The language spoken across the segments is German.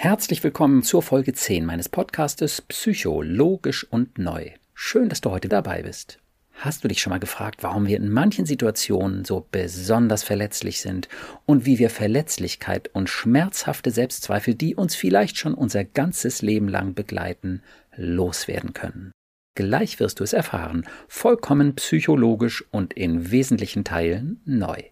Herzlich willkommen zur Folge 10 meines Podcastes Psycho, logisch und neu. Schön, dass du heute dabei bist. Hast du dich schon mal gefragt, warum wir in manchen Situationen so besonders verletzlich sind und wie wir Verletzlichkeit und schmerzhafte Selbstzweifel, die uns vielleicht schon unser ganzes Leben lang begleiten, loswerden können? Gleich wirst du es erfahren, vollkommen psychologisch und in wesentlichen Teilen neu.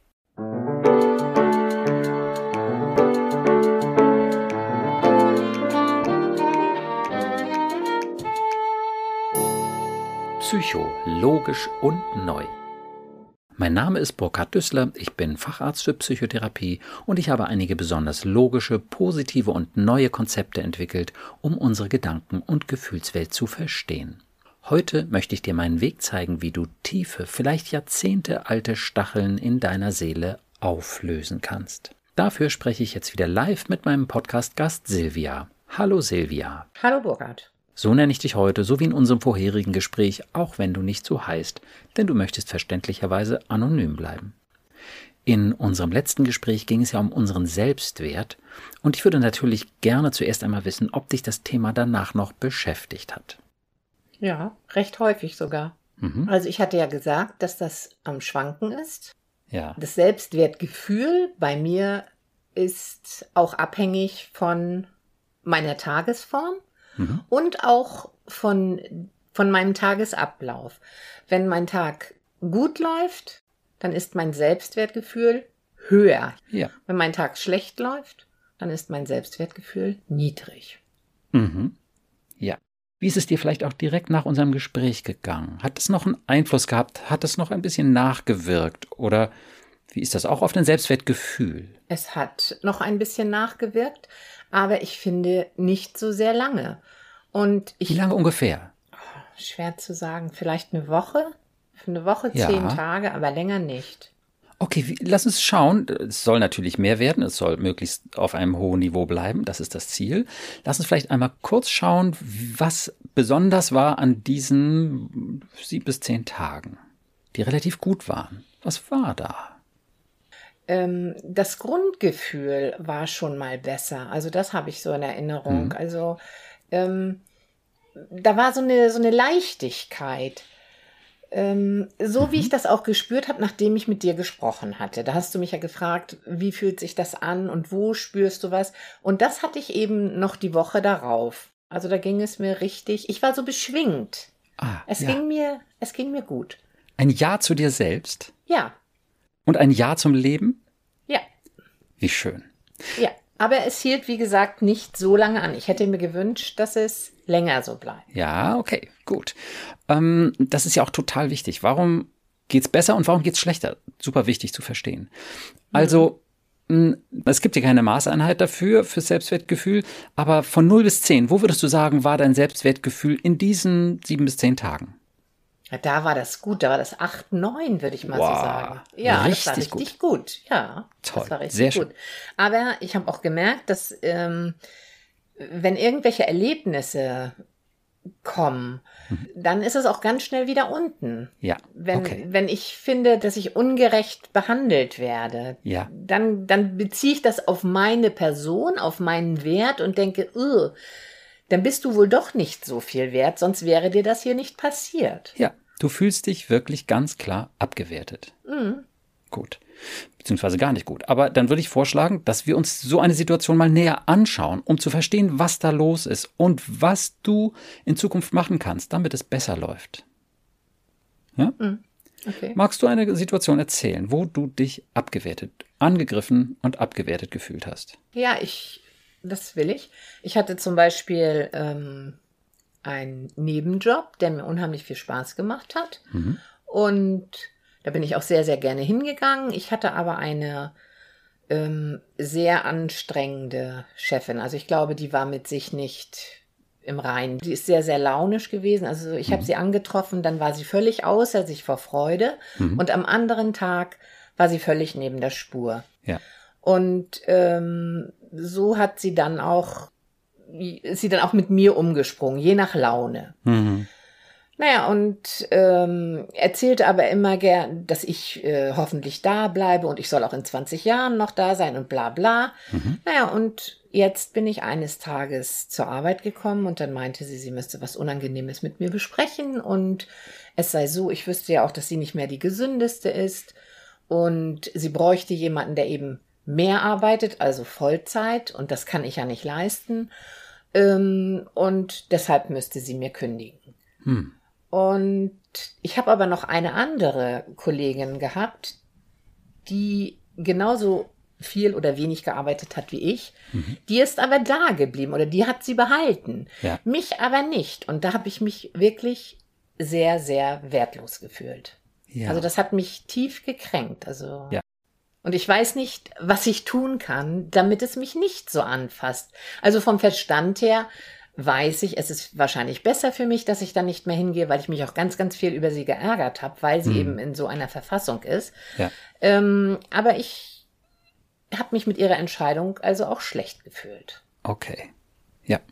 Psycho, logisch und neu. Mein Name ist Burkhard Düssler, ich bin Facharzt für Psychotherapie und ich habe einige besonders logische, positive und neue Konzepte entwickelt, um unsere Gedanken- und Gefühlswelt zu verstehen. Heute möchte ich dir meinen Weg zeigen, wie du tiefe, vielleicht jahrzehntealte Stacheln in deiner Seele auflösen kannst. Dafür spreche ich jetzt wieder live mit meinem Podcast-Gast Silvia. Hallo Silvia. Hallo Burkhard. So nenne ich dich heute, so wie in unserem vorherigen Gespräch, auch wenn du nicht so heißt, denn du möchtest verständlicherweise anonym bleiben. In unserem letzten Gespräch ging es ja um unseren Selbstwert und ich würde natürlich gerne zuerst einmal wissen, ob dich das Thema danach noch beschäftigt hat. Ja, recht häufig sogar. Also ich hatte ja gesagt, dass das am Schwanken ist. Ja. Das Selbstwertgefühl bei mir ist auch abhängig von meiner Tagesform. Und auch von meinem Tagesablauf. Wenn mein Tag gut läuft, dann ist mein Selbstwertgefühl höher. Ja. Wenn mein Tag schlecht läuft, dann ist mein Selbstwertgefühl niedrig. Ja. Wie ist es dir vielleicht auch direkt nach unserem Gespräch gegangen? Hat es noch einen Einfluss gehabt? Hat es noch ein bisschen nachgewirkt? Oder wie ist das auch auf dein Selbstwertgefühl? Es hat noch ein bisschen nachgewirkt, aber ich finde nicht so sehr lange. Und Wie lange ungefähr? Schwer zu sagen, vielleicht eine Woche? Für eine Woche, Ja. 10 Tage, aber länger nicht. Okay, lass uns schauen. Es soll natürlich mehr werden. Es soll möglichst auf einem hohen Niveau bleiben. Das ist das Ziel. Lass uns vielleicht einmal kurz schauen, was besonders war an diesen 7 bis 10 Tagen, die relativ gut waren. Was war da? Das Grundgefühl war schon mal besser. Also das habe ich so in Erinnerung. Also da war so eine Leichtigkeit. So wie ich das auch gespürt habe, nachdem ich mit dir gesprochen hatte. Da hast du mich ja gefragt, wie fühlt sich das an und wo spürst du was? Und das hatte ich eben noch die Woche darauf. Also da ging es mir richtig, ich war so beschwingt. Es ging mir gut. Ein Ja zu dir selbst? Ja. Und ein Ja zum Leben? Ja. Wie schön. Ja, aber es hielt, wie gesagt, nicht so lange an. Ich hätte mir gewünscht, dass es länger so bleibt. Ja, okay, gut. Das ist ja auch total wichtig. Warum geht's besser und warum geht's schlechter? Super wichtig zu verstehen. Also, es gibt ja keine Maßeinheit dafür, fürs Selbstwertgefühl, aber von 0 bis 10, wo würdest du sagen, war dein Selbstwertgefühl in diesen 7 bis 10 Tagen? Ja, da war das gut, da war das 8, 9, würde ich mal so sagen. Ja, das war richtig gut. Ja, toll, das war richtig sehr gut. schön. Aber ich habe auch gemerkt, dass wenn irgendwelche Erlebnisse kommen, dann ist es auch ganz schnell wieder unten. Ja, okay. Wenn ich finde, dass ich ungerecht behandelt werde, Ja. dann beziehe ich das auf meine Person, auf meinen Wert und denke, dann bist du wohl doch nicht so viel wert, sonst wäre dir das hier nicht passiert. Ja, du fühlst dich wirklich ganz klar abgewertet. Gut. Beziehungsweise gar nicht gut. Aber dann würde ich vorschlagen, dass wir uns so eine Situation mal näher anschauen, um zu verstehen, was da los ist und was du in Zukunft machen kannst, damit es besser läuft. Ja? Okay. Magst du eine Situation erzählen, wo du dich abgewertet, angegriffen und abgewertet gefühlt hast? Ja, das will ich. Ich hatte zum Beispiel einen Nebenjob, der mir unheimlich viel Spaß gemacht hat. Und da bin ich auch sehr, sehr gerne hingegangen. Ich hatte aber eine sehr anstrengende Chefin. Also ich glaube, die war mit sich nicht im Reinen. Die ist sehr, sehr launisch gewesen. Also ich habe sie angetroffen, dann war sie völlig außer sich vor Freude. Und am anderen Tag war sie völlig neben der Spur. Ja. Und so ist sie dann auch mit mir umgesprungen, je nach Laune. Naja, und erzählte aber immer gern, dass ich hoffentlich da bleibe und ich soll auch in 20 Jahren noch da sein und bla bla. Naja, und jetzt bin ich eines Tages zur Arbeit gekommen und dann meinte sie, sie müsste was Unangenehmes mit mir besprechen und es sei so, ich wüsste ja auch, dass sie nicht mehr die gesündeste ist und sie bräuchte jemanden, der eben mehr arbeitet, also Vollzeit und das kann ich ja nicht leisten und deshalb müsste sie mir kündigen. Und ich habe aber noch eine andere Kollegin gehabt, die genauso viel oder wenig gearbeitet hat wie ich. Die ist aber da geblieben oder die hat sie behalten. Ja. Mich aber nicht. Und da habe ich mich wirklich sehr, sehr wertlos gefühlt. Ja. Also das hat mich tief gekränkt. Also Ja. Und ich weiß nicht, was ich tun kann, damit es mich nicht so anfasst. Also vom Verstand her weiß ich, es ist wahrscheinlich besser für mich, dass ich da nicht mehr hingehe, weil ich mich auch ganz, ganz viel über sie geärgert habe, weil sie eben in so einer Verfassung ist. Ja. Aber ich habe mich mit ihrer Entscheidung also auch schlecht gefühlt. Okay. Ja.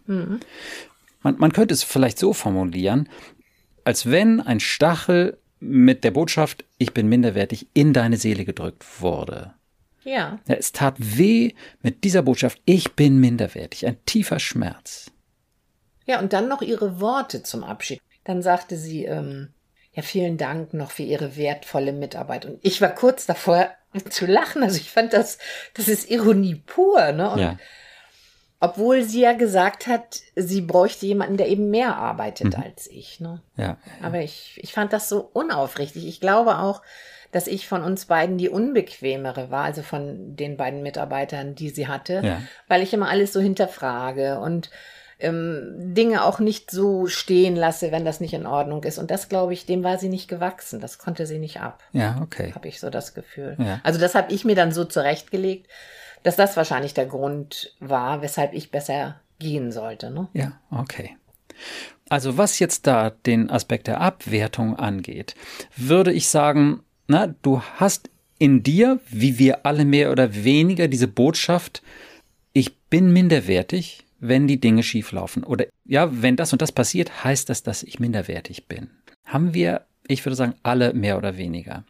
Man könnte es vielleicht so formulieren, als wenn ein Stachel mit der Botschaft, ich bin minderwertig, in deine Seele gedrückt wurde. Ja. Ja, es tat weh mit dieser Botschaft, ich bin minderwertig, ein tiefer Schmerz. Ja, und dann noch ihre Worte zum Abschied. Dann sagte sie, ja, vielen Dank noch für Ihre wertvolle Mitarbeit. Und ich war kurz davor zu lachen. Also ich fand das ist Ironie pur, ne? Und Ja. obwohl sie ja gesagt hat, sie bräuchte jemanden, der eben mehr arbeitet als ich, ne? Ja. Aber ich fand das so unaufrichtig. Ich glaube auch, dass ich von uns beiden die unbequemere war, also von den beiden Mitarbeitern, die sie hatte, Ja. weil ich immer alles so hinterfrage und Dinge auch nicht so stehen lasse, wenn das nicht in Ordnung ist. Und das, glaube ich, dem war sie nicht gewachsen. Das konnte sie nicht ab. Ja, okay. Habe ich so das Gefühl. Ja. Also das habe ich mir dann so zurechtgelegt, dass das wahrscheinlich der Grund war, weshalb ich besser gehen sollte. Ne? Ja, okay. Also was jetzt da den Aspekt der Abwertung angeht, würde ich sagen, na, du hast in dir, wie wir alle mehr oder weniger, diese Botschaft, ich bin minderwertig, wenn die Dinge schief laufen. Oder ja, wenn das und das passiert, heißt das, dass ich minderwertig bin. Haben wir, ich würde sagen, alle mehr oder weniger.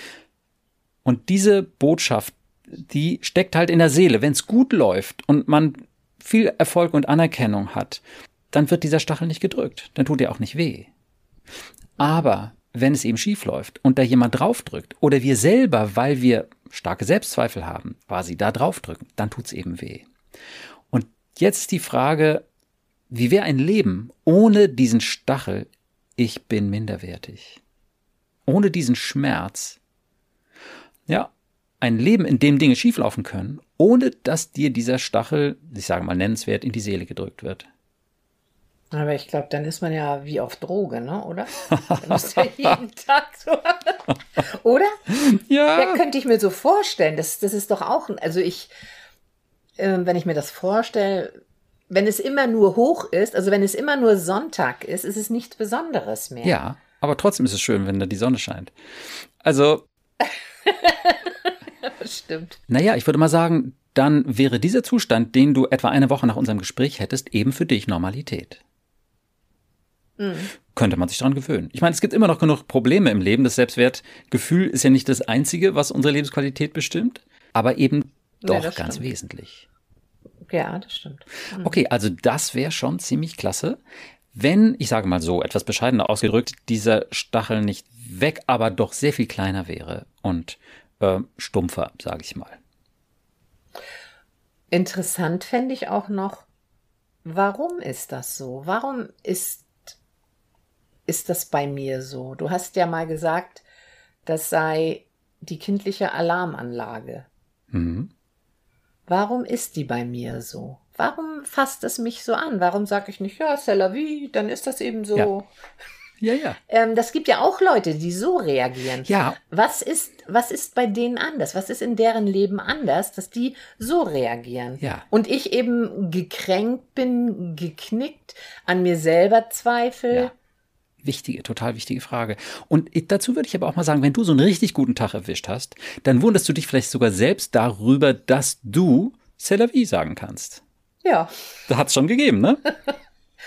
Und diese Botschaft, die steckt halt in der Seele. Wenn es gut läuft und man viel Erfolg und Anerkennung hat, dann wird dieser Stachel nicht gedrückt. Dann tut er auch nicht weh. Aber wenn es eben schief läuft und da jemand draufdrückt oder wir selber, weil wir starke Selbstzweifel haben, quasi da draufdrücken, dann tut es eben weh. Und jetzt ist die Frage, wie wäre ein Leben ohne diesen Stachel, ich bin minderwertig? Ohne diesen Schmerz? Ja, ein Leben, in dem Dinge schieflaufen können, ohne dass dir dieser Stachel, ich sage mal nennenswert, in die Seele gedrückt wird. Aber ich glaube, dann ist man ja wie auf Droge, ne? Oder? Man muss ja jeden Tag so. Oder? Ja, könnte ich mir so vorstellen. Das ist doch auch, also wenn ich mir das vorstelle, wenn es immer nur hoch ist, also wenn es immer nur Sonntag ist, ist es nichts Besonderes mehr. Ja, aber trotzdem ist es schön, wenn da die Sonne scheint. Also. Das stimmt. Naja, ich würde mal sagen, dann wäre dieser Zustand, den du etwa eine Woche nach unserem Gespräch hättest, eben für dich Normalität. Könnte man sich daran gewöhnen. Ich meine, es gibt immer noch genug Probleme im Leben. Das Selbstwertgefühl ist ja nicht das Einzige, was unsere Lebensqualität bestimmt, aber eben doch ganz wesentlich. Ja, das stimmt. Okay, also das wäre schon ziemlich klasse, wenn, ich sage mal so, etwas bescheidener ausgedrückt, dieser Stachel nicht weg, aber doch sehr viel kleiner wäre und stumpfer, sage ich mal. Interessant fände ich auch noch, warum ist das so? Warum ist das bei mir so? Du hast ja mal gesagt, das sei die kindliche Alarmanlage. Warum ist die bei mir so? Warum fasst es mich so an? Warum sage ich nicht, ja, c'est la vie, dann ist das eben so. Ja. Das gibt ja auch Leute, die so reagieren. Ja. Was ist bei denen anders? Was ist in deren Leben anders, dass die so reagieren? Ja. Und ich eben gekränkt bin, geknickt, an mir selber zweifle. Ja. Total wichtige Frage. Und dazu würde ich aber auch mal sagen, wenn du so einen richtig guten Tag erwischt hast, dann wunderst du dich vielleicht sogar selbst darüber, dass du c'est la vie sagen kannst. Ja. Da hat es schon gegeben, ne?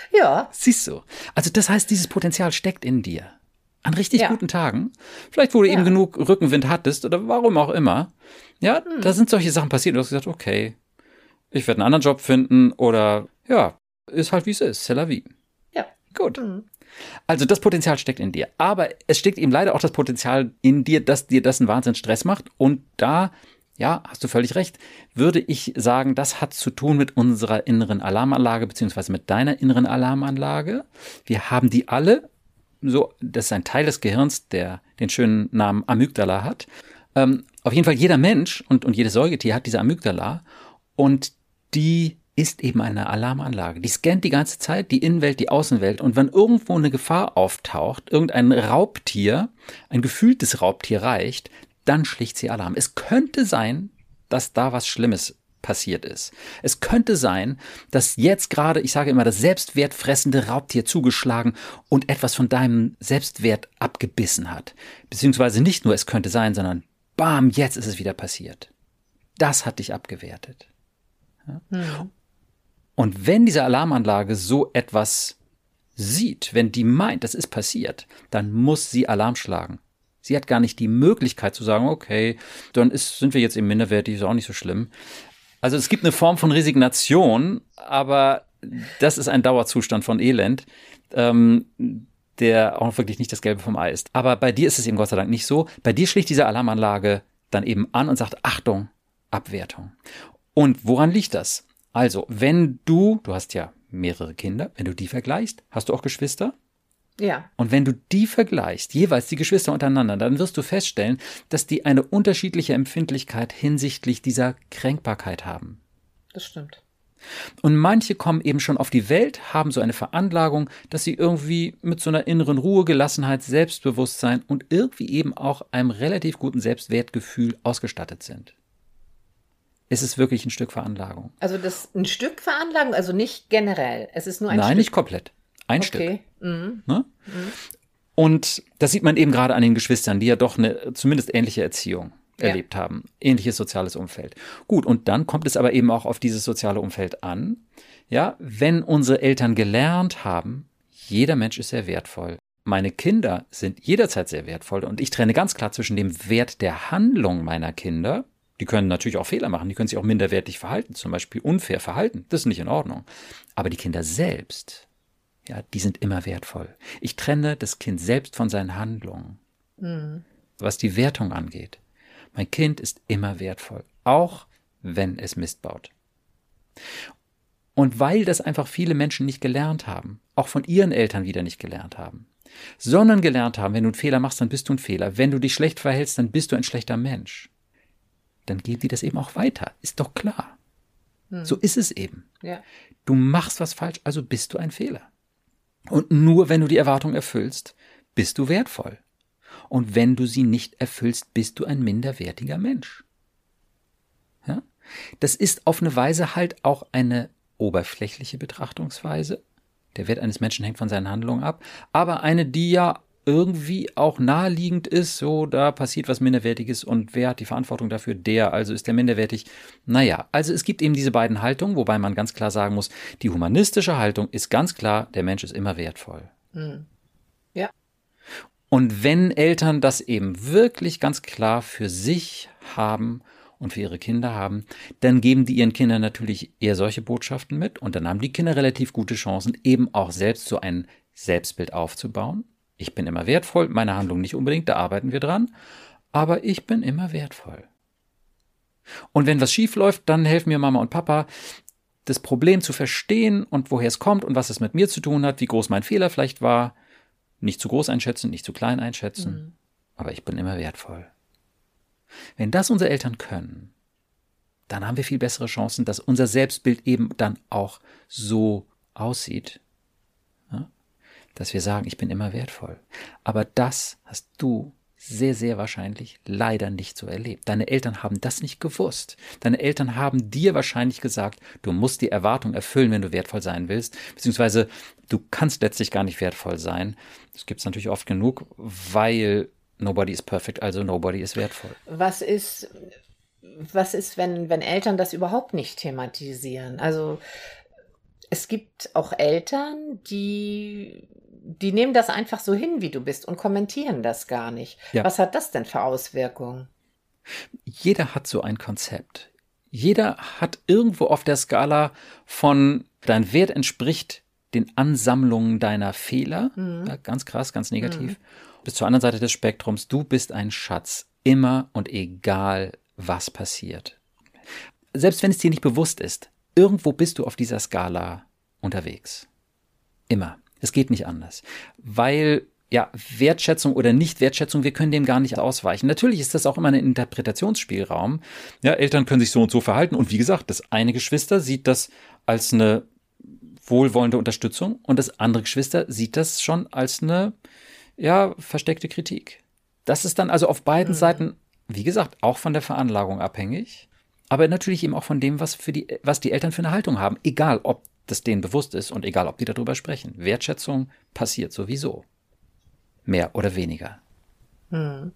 Ja. Siehst du. Also das heißt, dieses Potenzial steckt in dir. An richtig guten Tagen. Vielleicht, wo du eben genug Rückenwind hattest oder warum auch immer. Ja, da sind solche Sachen passiert. Du hast gesagt, okay, ich werde einen anderen Job finden oder ja, ist halt wie es ist. C'est la vie. Ja. Gut. Also das Potenzial steckt in dir. Aber es steckt eben leider auch das Potenzial in dir, dass dir das einen Wahnsinns Stress macht. Und da, ja, hast du völlig recht, würde ich sagen, das hat zu tun mit unserer inneren Alarmanlage beziehungsweise mit deiner inneren Alarmanlage. Wir haben die alle. So, das ist ein Teil des Gehirns, der den schönen Namen Amygdala hat. Auf jeden Fall jeder Mensch und jedes Säugetier hat diese Amygdala und die ist eben eine Alarmanlage. Die scannt die ganze Zeit die Innenwelt, die Außenwelt und wenn irgendwo eine Gefahr auftaucht, irgendein Raubtier, ein gefühltes Raubtier reicht, dann schlicht sie Alarm. Es könnte sein, dass da was Schlimmes passiert ist. Es könnte sein, dass jetzt gerade, ich sage immer, das selbstwertfressende Raubtier zugeschlagen und etwas von deinem Selbstwert abgebissen hat. Beziehungsweise nicht nur es könnte sein, sondern bam, jetzt ist es wieder passiert. Das hat dich abgewertet. Ja? Und wenn diese Alarmanlage so etwas sieht, wenn die meint, das ist passiert, dann muss sie Alarm schlagen. Sie hat gar nicht die Möglichkeit zu sagen, okay, dann sind wir jetzt eben minderwertig, ist auch nicht so schlimm. Also es gibt eine Form von Resignation, aber das ist ein Dauerzustand von Elend, der auch wirklich nicht das Gelbe vom Ei ist. Aber bei dir ist es eben Gott sei Dank nicht so. Bei dir schlägt diese Alarmanlage dann eben an und sagt, Achtung, Abwertung. Und woran liegt das? Also, wenn du hast ja mehrere Kinder, wenn du die vergleichst, hast du auch Geschwister? Ja. Und wenn du die vergleichst, jeweils die Geschwister untereinander, dann wirst du feststellen, dass die eine unterschiedliche Empfindlichkeit hinsichtlich dieser Kränkbarkeit haben. Das stimmt. Und manche kommen eben schon auf die Welt, haben so eine Veranlagung, dass sie irgendwie mit so einer inneren Ruhe, Gelassenheit, Selbstbewusstsein und irgendwie eben auch einem relativ guten Selbstwertgefühl ausgestattet sind. Es ist wirklich ein Stück Veranlagung. Also das ein Stück Veranlagung, also nicht generell. Es ist nur ein Stück. Nein, nicht komplett. Ein Stück. Ne? Und das sieht man eben gerade an den Geschwistern, die ja doch eine zumindest ähnliche Erziehung erlebt haben. Ähnliches soziales Umfeld. Gut, und dann kommt es aber eben auch auf dieses soziale Umfeld an. Ja, wenn unsere Eltern gelernt haben, jeder Mensch ist sehr wertvoll. Meine Kinder sind jederzeit sehr wertvoll und ich trenne ganz klar zwischen dem Wert der Handlung meiner Kinder. Die können natürlich auch Fehler machen, die können sich auch minderwertig verhalten, zum Beispiel unfair verhalten. Das ist nicht in Ordnung. Aber die Kinder selbst, ja, die sind immer wertvoll. Ich trenne das Kind selbst von seinen Handlungen. Was die Wertung angeht. Mein Kind ist immer wertvoll, auch wenn es Mist baut. Und weil das einfach viele Menschen nicht gelernt haben, auch von ihren Eltern wieder nicht gelernt haben, sondern gelernt haben, wenn du einen Fehler machst, dann bist du ein Fehler. Wenn du dich schlecht verhältst, dann bist du ein schlechter Mensch. Dann geben die das eben auch weiter. Ist doch klar. So ist es eben. Ja. Du machst was falsch, also bist du ein Fehler. Und nur wenn du die Erwartung erfüllst, bist du wertvoll. Und wenn du sie nicht erfüllst, bist du ein minderwertiger Mensch. Ja? Das ist auf eine Weise halt auch eine oberflächliche Betrachtungsweise. Der Wert eines Menschen hängt von seinen Handlungen ab. Aber eine, die ja irgendwie auch naheliegend ist, so da passiert was Minderwertiges und wer hat die Verantwortung dafür? Der, also ist der minderwertig. Naja, also es gibt eben diese beiden Haltungen, wobei man ganz klar sagen muss, die humanistische Haltung ist ganz klar, der Mensch ist immer wertvoll. Ja. Und wenn Eltern das eben wirklich ganz klar für sich haben und für ihre Kinder haben, dann geben die ihren Kindern natürlich eher solche Botschaften mit und dann haben die Kinder relativ gute Chancen, eben auch selbst so ein Selbstbild aufzubauen. Ich bin immer wertvoll, meine Handlung nicht unbedingt, da arbeiten wir dran, aber ich bin immer wertvoll. Und wenn was schief läuft, dann helfen mir Mama und Papa, das Problem zu verstehen und woher es kommt und was es mit mir zu tun hat, wie groß mein Fehler vielleicht war. Nicht zu groß einschätzen, nicht zu klein einschätzen, aber ich bin immer wertvoll. Wenn das unsere Eltern können, dann haben wir viel bessere Chancen, dass unser Selbstbild eben dann auch so aussieht, ja, dass wir sagen, ich bin immer wertvoll. Aber das hast du sehr, sehr wahrscheinlich leider nicht so erlebt. Deine Eltern haben das nicht gewusst. Deine Eltern haben dir wahrscheinlich gesagt, du musst die Erwartung erfüllen, wenn du wertvoll sein willst, beziehungsweise du kannst letztlich gar nicht wertvoll sein. Das gibt es natürlich oft genug, weil nobody is perfect, also nobody is wertvoll. Was ist, wenn Eltern das überhaupt nicht thematisieren? Also es gibt auch Eltern, die nehmen das einfach so hin, wie du bist und kommentieren das gar nicht. Ja. Was hat das denn für Auswirkungen? Jeder hat so ein Konzept. Jeder hat irgendwo auf der Skala von dein Wert entspricht den Ansammlungen deiner Fehler, ja, ganz krass, ganz negativ, bis zur anderen Seite des Spektrums, du bist ein Schatz, immer und egal, was passiert. Selbst wenn es dir nicht bewusst ist, irgendwo bist du auf dieser Skala unterwegs. Immer. Es geht nicht anders. Weil, ja, Wertschätzung oder Nicht-Wertschätzung, wir können dem gar nicht ausweichen. Natürlich ist das auch immer ein Interpretationsspielraum. Ja, Eltern können sich so und so verhalten. Und wie gesagt, das eine Geschwister sieht das als eine wohlwollende Unterstützung und das andere Geschwister sieht das schon als eine, ja, versteckte Kritik. Das ist dann also auf beiden Seiten, wie gesagt, auch von der Veranlagung abhängig. Aber natürlich eben auch von dem, was die Eltern für eine Haltung haben. Egal, ob das denen bewusst ist und egal, ob die darüber sprechen. Wertschätzung passiert sowieso. Mehr oder weniger. Kann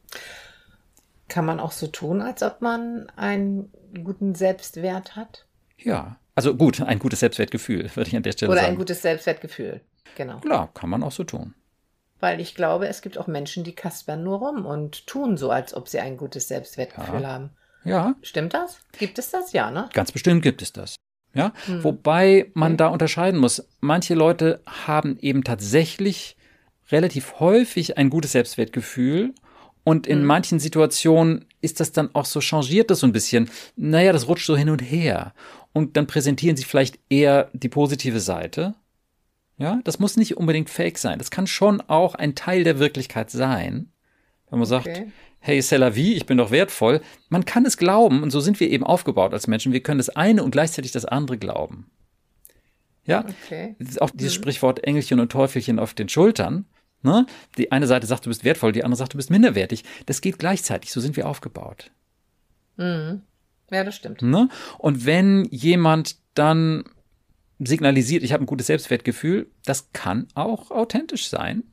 man auch so tun, als ob man einen guten Selbstwert hat? Ja, also gut, ein gutes Selbstwertgefühl, würde ich an der Stelle Oder sagen. ein gutes Selbstwertgefühl, genau. Klar, kann man auch so tun. Weil ich glaube, es gibt auch Menschen, die kaspern nur rum und tun so, als ob sie ein gutes Selbstwertgefühl haben. Ja, Stimmt das? Gibt es das? Ja, ne? ganz bestimmt gibt es das. Ja, wobei man da unterscheiden muss. Manche Leute haben eben tatsächlich relativ häufig ein gutes Selbstwertgefühl und in manchen Situationen ist das dann auch so, changiert das so ein bisschen. Naja, das rutscht so hin und her. Und dann präsentieren sie vielleicht eher die positive Seite. Ja, das muss nicht unbedingt fake sein. Das kann schon auch ein Teil der Wirklichkeit sein. Wenn man sagt, hey, c'est la vie, ich bin doch wertvoll. Man kann es glauben und so sind wir eben aufgebaut als Menschen. Wir können das eine und gleichzeitig das andere glauben. Ja, auch dieses Sprichwort Engelchen und Teufelchen auf den Schultern. Ne? Die eine Seite sagt, du bist wertvoll, die andere sagt, du bist minderwertig. Das geht gleichzeitig, so sind wir aufgebaut. Ja, das stimmt. Ne? Und wenn jemand dann signalisiert, ich habe ein gutes Selbstwertgefühl, das kann auch authentisch sein.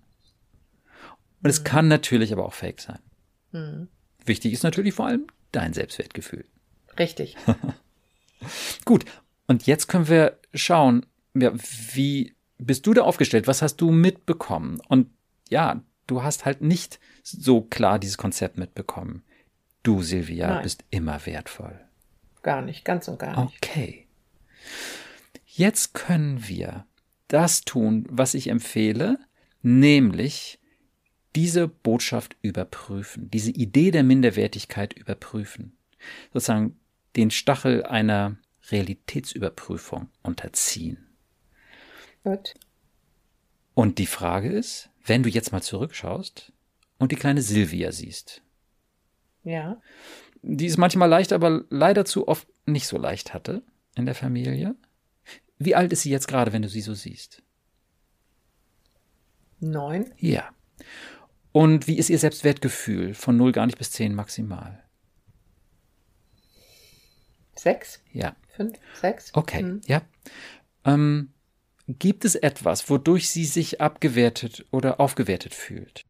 Und es kann natürlich aber auch fake sein. Wichtig ist natürlich vor allem dein Selbstwertgefühl. Richtig. Gut, und jetzt können wir schauen, ja, wie bist du da aufgestellt? Was hast du mitbekommen? Und ja, du hast halt nicht so klar dieses Konzept mitbekommen. Du, Silvia, bist immer wertvoll. Gar nicht, ganz und gar nicht. Okay. Jetzt können wir das tun, was ich empfehle, nämlich diese Botschaft überprüfen, diese Idee der Minderwertigkeit überprüfen. Sozusagen den Stachel einer Realitätsüberprüfung unterziehen. Gut. Und die Frage ist, wenn du jetzt mal zurückschaust und die kleine Silvia siehst. Ja. Die es manchmal leicht, aber leider zu oft nicht so leicht hatte in der Familie. Wie alt ist sie jetzt gerade, wenn du sie so siehst? 9. Ja. Und wie ist ihr Selbstwertgefühl? Von 0 gar nicht bis 10 maximal. 6. Ja. 5, 6. Okay, ja. Gibt es etwas, wodurch sie sich abgewertet oder aufgewertet fühlt?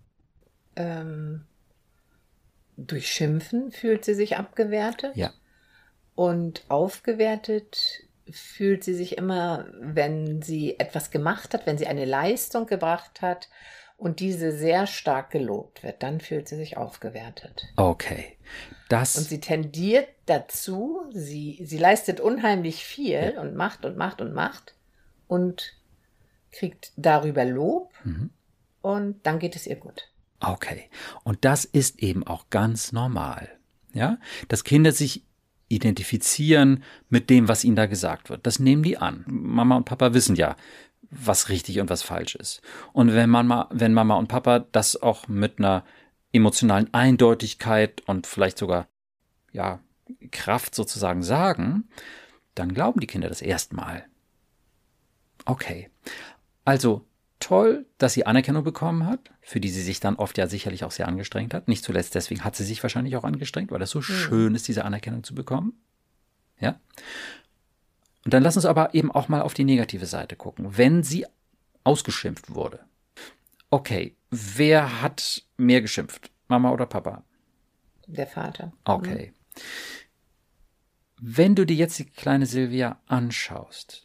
Durch Schimpfen fühlt sie sich abgewertet. Ja. Und aufgewertet fühlt sie sich immer, wenn sie etwas gemacht hat, wenn sie eine Leistung gebracht hat und diese sehr stark gelobt wird, dann fühlt sie sich aufgewertet. Okay. Und sie tendiert dazu, sie leistet unheimlich viel und macht und macht und macht und kriegt darüber Lob und dann geht es ihr gut. Okay. Und das ist eben auch ganz normal. Ja? Dass Kinder sich identifizieren mit dem, was ihnen da gesagt wird. Das nehmen die an. Mama und Papa wissen ja, was richtig und was falsch ist. Und wenn Mama und Papa das auch mit einer emotionalen Eindeutigkeit und vielleicht sogar, ja, Kraft sozusagen sagen, dann glauben die Kinder das erstmal. Okay. Also, toll, dass sie Anerkennung bekommen hat, für die sie sich dann oft ja sicherlich auch sehr angestrengt hat. Nicht zuletzt deswegen hat sie sich wahrscheinlich auch angestrengt, weil das so schön ist, diese Anerkennung zu bekommen. Ja. Und dann lass uns aber eben auch mal auf die negative Seite gucken. Wenn sie ausgeschimpft wurde. Okay, wer hat mehr geschimpft? Mama oder Papa? Der Vater. Okay. Wenn du dir jetzt die kleine Silvia anschaust,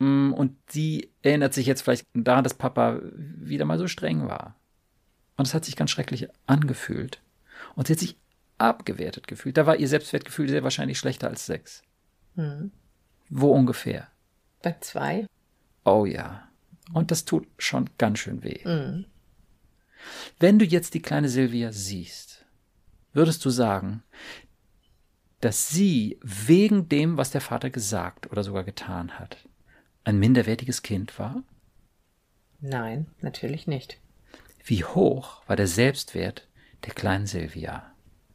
Und sie erinnert sich jetzt vielleicht daran, dass Papa wieder mal so streng war. Und es hat sich ganz schrecklich angefühlt. Und sie hat sich abgewertet gefühlt. Da war ihr Selbstwertgefühl sehr wahrscheinlich schlechter als 6. Wo ungefähr? Bei 2. Oh ja. Und das tut schon ganz schön weh. Wenn du jetzt die kleine Silvia siehst, würdest du sagen, dass sie wegen dem, was der Vater gesagt oder sogar getan hat, ein minderwertiges Kind war? Nein, natürlich nicht. Wie hoch war der Selbstwert der kleinen Silvia?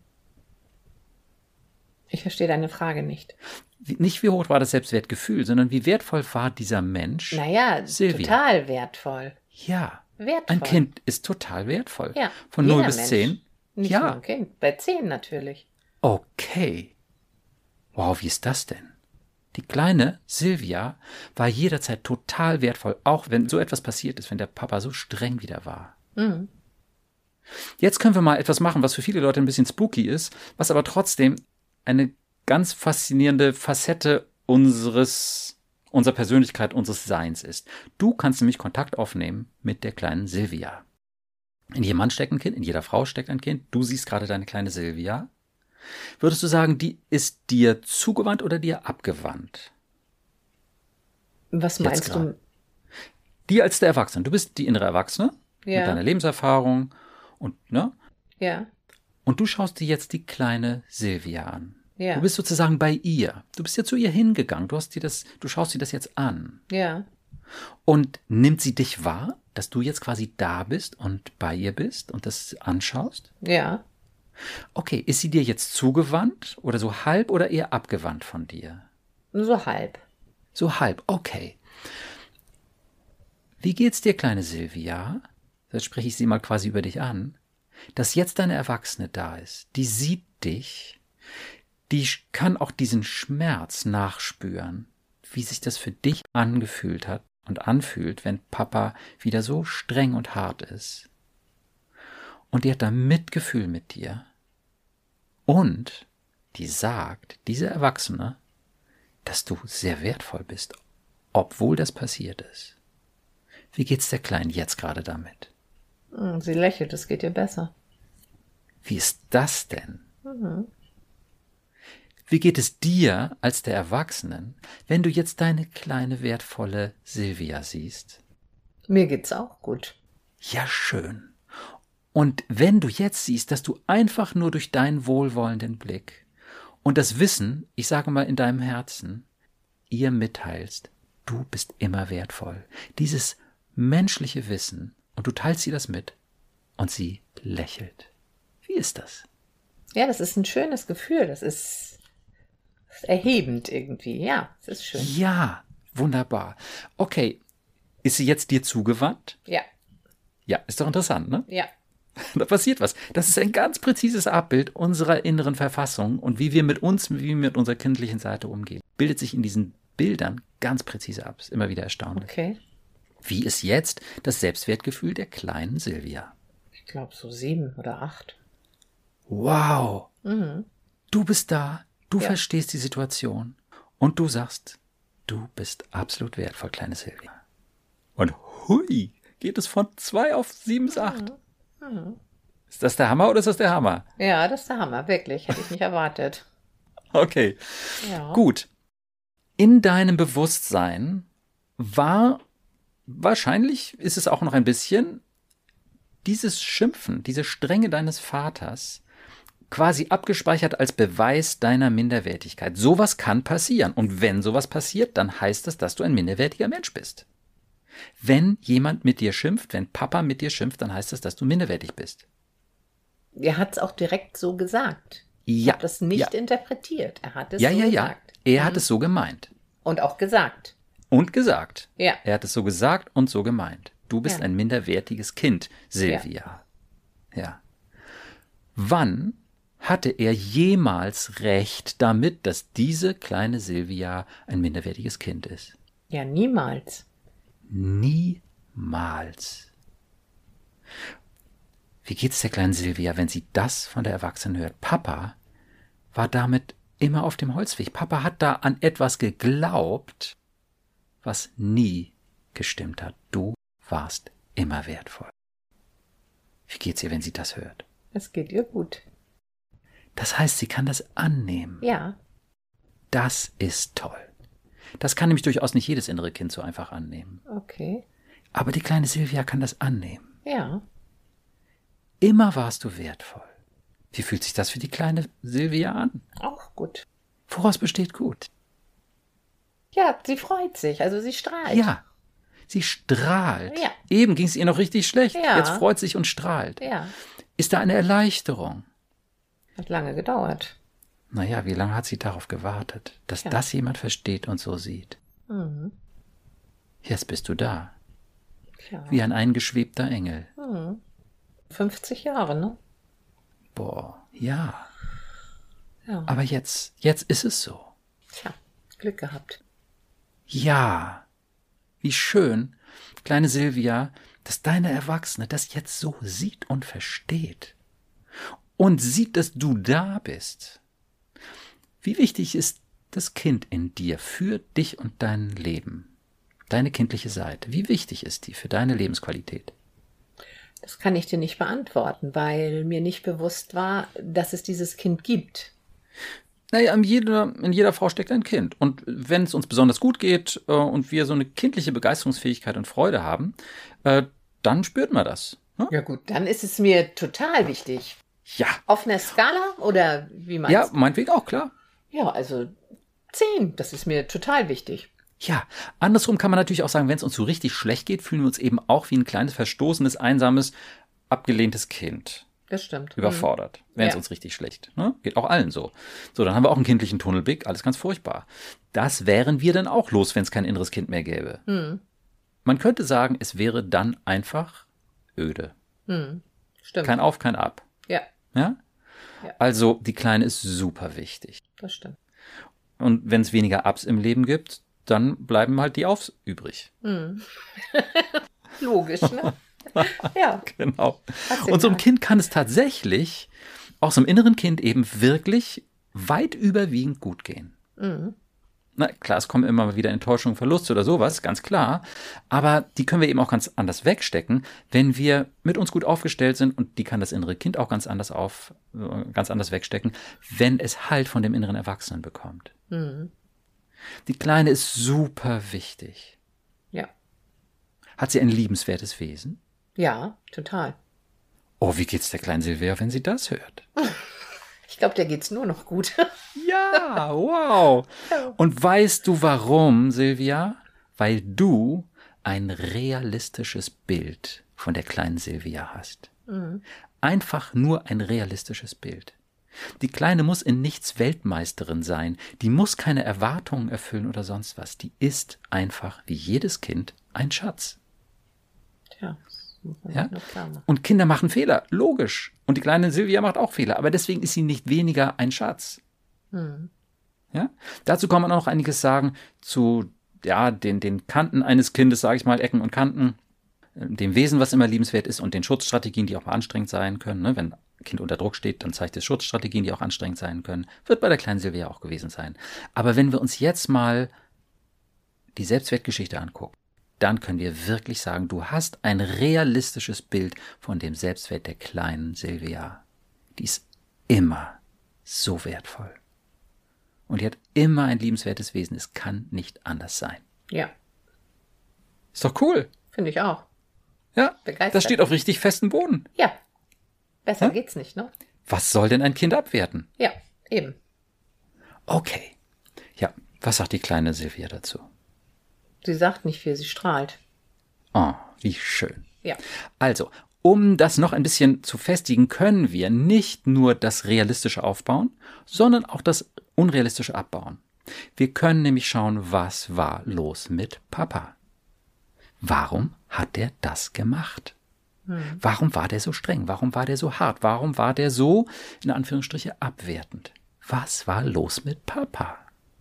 Ich verstehe deine Frage nicht. Nicht wie hoch war das Selbstwertgefühl, sondern wie wertvoll war dieser Mensch? Naja, Silvia. total wertvoll. Ja, Wertvoll. ein Kind ist total wertvoll. Ja, von 0 jeder bis Mensch. 10? Nicht Ja. nur ein Kind, bei 10 natürlich. Okay. Wow, wie ist das denn? Die kleine Silvia war jederzeit total wertvoll, auch wenn so etwas passiert ist, wenn der Papa so streng wieder war. Jetzt können wir mal etwas machen, was für viele Leute ein bisschen spooky ist, was aber trotzdem eine ganz faszinierende Facette unserer Persönlichkeit, unseres Seins ist. Du kannst nämlich Kontakt aufnehmen mit der kleinen Silvia. In jedem Mann steckt ein Kind, in jeder Frau steckt ein Kind. Du siehst gerade deine kleine Silvia. Würdest du sagen, die ist dir zugewandt oder dir abgewandt? Was meinst du? Die als der Erwachsene. Du bist die innere Erwachsene mit deiner Lebenserfahrung und ne? Ja. Und du schaust dir jetzt die kleine Silvia an. Ja. Du bist sozusagen bei ihr. Du bist ja zu ihr hingegangen. Du schaust dir das jetzt an. Ja. Und nimmt sie dich wahr, dass du jetzt quasi da bist und bei ihr bist und das anschaust? Ja. Okay, ist sie dir jetzt zugewandt oder so halb oder eher abgewandt von dir? So halb. So halb, okay. Wie geht's dir, kleine Silvia? Jetzt spreche ich sie mal quasi über dich an. Dass jetzt deine Erwachsene da ist, die sieht dich, die kann auch diesen Schmerz nachspüren, wie sich das für dich angefühlt hat und anfühlt, wenn Papa wieder so streng und hart ist. Und die hat da Mitgefühl mit dir. Und die sagt, diese Erwachsene, dass du sehr wertvoll bist, obwohl das passiert ist. Wie geht's der Kleinen jetzt gerade damit? Sie lächelt, es geht ihr besser. Wie ist das denn? Wie geht es dir als der Erwachsenen, wenn du jetzt deine kleine, wertvolle Silvia siehst? Mir geht's auch gut. Ja, schön. Und wenn du jetzt siehst, dass du einfach nur durch deinen wohlwollenden Blick und das Wissen, ich sage mal in deinem Herzen, ihr mitteilst, du bist immer wertvoll. Dieses menschliche Wissen, und du teilst ihr das mit und sie lächelt. Wie ist das? Ja, das ist ein schönes Gefühl. Das ist erhebend irgendwie. Ja, es ist schön. Ja, wunderbar. Okay, ist sie jetzt dir zugewandt? Ja. Ja, ist doch interessant, ne? Ja. Da passiert was. Das ist ein ganz präzises Abbild unserer inneren Verfassung und wie wir mit uns, wie wir mit unserer kindlichen Seite umgehen. Bildet sich in diesen Bildern ganz präzise ab. Ist immer wieder erstaunlich. Okay. Wie ist jetzt das Selbstwertgefühl der kleinen Silvia? Ich glaube so 7 oder 8. Wow. Du bist da, du Ja. verstehst die Situation und du sagst, du bist absolut wertvoll, kleine Silvia. Und hui, geht es von 2 auf 7 bis 8. Ist das der Hammer oder ist das der Hammer? Ja, das ist der Hammer, wirklich. Hätte ich nicht erwartet. Okay, Ja. gut. In deinem Bewusstsein war, wahrscheinlich ist es auch noch ein bisschen, dieses Schimpfen, diese Strenge deines Vaters quasi abgespeichert als Beweis deiner Minderwertigkeit. Sowas kann passieren. Und wenn sowas passiert, dann heißt das, dass du ein minderwertiger Mensch bist. Wenn jemand mit dir schimpft, wenn Papa mit dir schimpft, dann heißt das, dass du minderwertig bist. Er hat es auch direkt so gesagt. Ich Ja. habe das nicht interpretiert. Er hat es Ja, so ja, ja. gesagt. Er hat es so gemeint. Und auch gesagt. Und gesagt. Ja. Er hat es so gesagt und so gemeint. Du bist Ja. ein minderwertiges Kind, Silvia. Ja. Wann hatte er jemals recht damit, dass diese kleine Silvia ein minderwertiges Kind ist? Ja, niemals. Niemals. Wie geht's der kleinen Silvia, wenn sie das von der Erwachsenen hört? Papa war damit immer auf dem Holzweg. Papa hat da an etwas geglaubt, was nie gestimmt hat. Du warst immer wertvoll. Wie geht's ihr, wenn sie das hört? Es geht ihr gut. Das heißt, sie kann das annehmen. Ja. Das ist toll. Das kann nämlich durchaus nicht jedes innere Kind so einfach annehmen. Okay. Aber die kleine Silvia kann das annehmen. Ja. Immer warst du wertvoll. Wie fühlt sich das für die kleine Silvia an? Auch gut. Woraus besteht gut? Ja, sie freut sich, also sie strahlt. Ja, sie strahlt. Ja. Eben ging es ihr noch richtig schlecht. Ja. Jetzt freut sich und strahlt. Ja. Ist da eine Erleichterung? Hat lange gedauert. Naja, wie lange hat sie darauf gewartet, dass Ja. das jemand versteht und so sieht? Mhm. Jetzt bist du da, Ja. wie ein eingeschwebter Engel. 50 Jahre, ne? Boah, ja. Ja. Aber jetzt ist es so. Tja, Glück gehabt. Ja, wie schön, kleine Silvia, dass deine Erwachsene das jetzt so sieht und versteht. Und sieht, dass du da bist. Wie wichtig ist das Kind in dir für dich und dein Leben? Deine kindliche Seite. Wie wichtig ist die für deine Lebensqualität? Das kann ich dir nicht beantworten, weil mir nicht bewusst war, dass es dieses Kind gibt. Naja, in jeder Frau steckt ein Kind. Und wenn es uns besonders gut geht und wir so eine kindliche Begeisterungsfähigkeit und Freude haben, dann spürt man das. Ne? Ja gut, dann ist es mir total wichtig. Ja. Auf einer Skala oder wie meinst Ja, du? meinetwegen auch, klar. Ja, also 10, das ist mir total wichtig. Ja, andersrum kann man natürlich auch sagen, wenn es uns so richtig schlecht geht, fühlen wir uns eben auch wie ein kleines, verstoßenes, einsames, abgelehntes Kind. Das stimmt. Überfordert, wenn es Ja. uns richtig schlecht. Ne? Geht auch allen so. So, dann haben wir auch einen kindlichen Tunnelblick, alles ganz furchtbar. Das wären wir dann auch los, wenn es kein inneres Kind mehr gäbe. Man könnte sagen, es wäre dann einfach öde. Stimmt. Kein Auf, kein Ab. Ja, Ja? Ja. Also die Kleine ist super wichtig. das stimmt. Und wenn es weniger Ups im Leben gibt, dann bleiben halt die Aufs übrig. Logisch, ne? Ja. Genau. Hast du Und so einem gesagt. Kind kann es tatsächlich, auch so einem inneren Kind eben wirklich weit überwiegend gut gehen. Na klar, es kommen immer mal wieder Enttäuschungen, Verluste oder sowas, ganz klar. Aber die können wir eben auch ganz anders wegstecken, wenn wir mit uns gut aufgestellt sind. Und die kann das innere Kind auch ganz anders wegstecken, wenn es halt von dem inneren Erwachsenen bekommt. Die Kleine ist super wichtig. Ja. Hat sie ein liebenswertes Wesen? Ja, total. Oh, wie geht's der kleinen Silvia, wenn sie das hört? Ich glaube, der geht's nur noch gut. Ja, wow. Und weißt du warum, Silvia? Weil du ein realistisches Bild von der kleinen Silvia hast. Einfach nur ein realistisches Bild. Die Kleine muss in nichts Weltmeisterin sein. Die muss keine Erwartungen erfüllen oder sonst was. Die ist einfach, wie jedes Kind, ein Schatz. Tja, das muss man Ja? sich noch klar machen. Und Kinder machen Fehler, logisch. Und die kleine Silvia macht auch Fehler. Aber deswegen ist sie nicht weniger ein Schatz. Ja? Dazu kann man auch noch einiges sagen zu den Kanten eines Kindes, sage ich mal, Ecken und Kanten, dem Wesen, was immer liebenswert ist, und den Schutzstrategien, die auch mal anstrengend sein können. Ne? Wenn ein Kind unter Druck steht, dann zeigt es Schutzstrategien, die auch anstrengend sein können. Wird bei der kleinen Silvia auch gewesen sein. Aber wenn wir uns jetzt mal die Selbstwertgeschichte angucken, dann können wir wirklich sagen, du hast ein realistisches Bild von dem Selbstwert der kleinen Silvia. Die ist immer so wertvoll. Und die hat immer ein liebenswertes Wesen. Es kann nicht anders sein. Ja, Ist doch cool. finde ich auch. Ja, Begeistert. das steht auf richtig festem Boden. Ja, besser Ja? geht's nicht, ne? Was soll denn ein Kind abwerten? Ja, eben. Okay. Ja, was sagt die kleine Silvia dazu? Sie sagt nicht viel, sie strahlt. Oh, wie schön. Ja. Also, um das noch ein bisschen zu festigen, können wir nicht nur das Realistische aufbauen, sondern auch das Unrealistische abbauen. Wir können nämlich schauen, was war los mit Papa? Warum hat er das gemacht? Warum war der so streng? Warum war der so hart? Warum war der so, in Anführungsstriche, abwertend? Was war los mit Papa?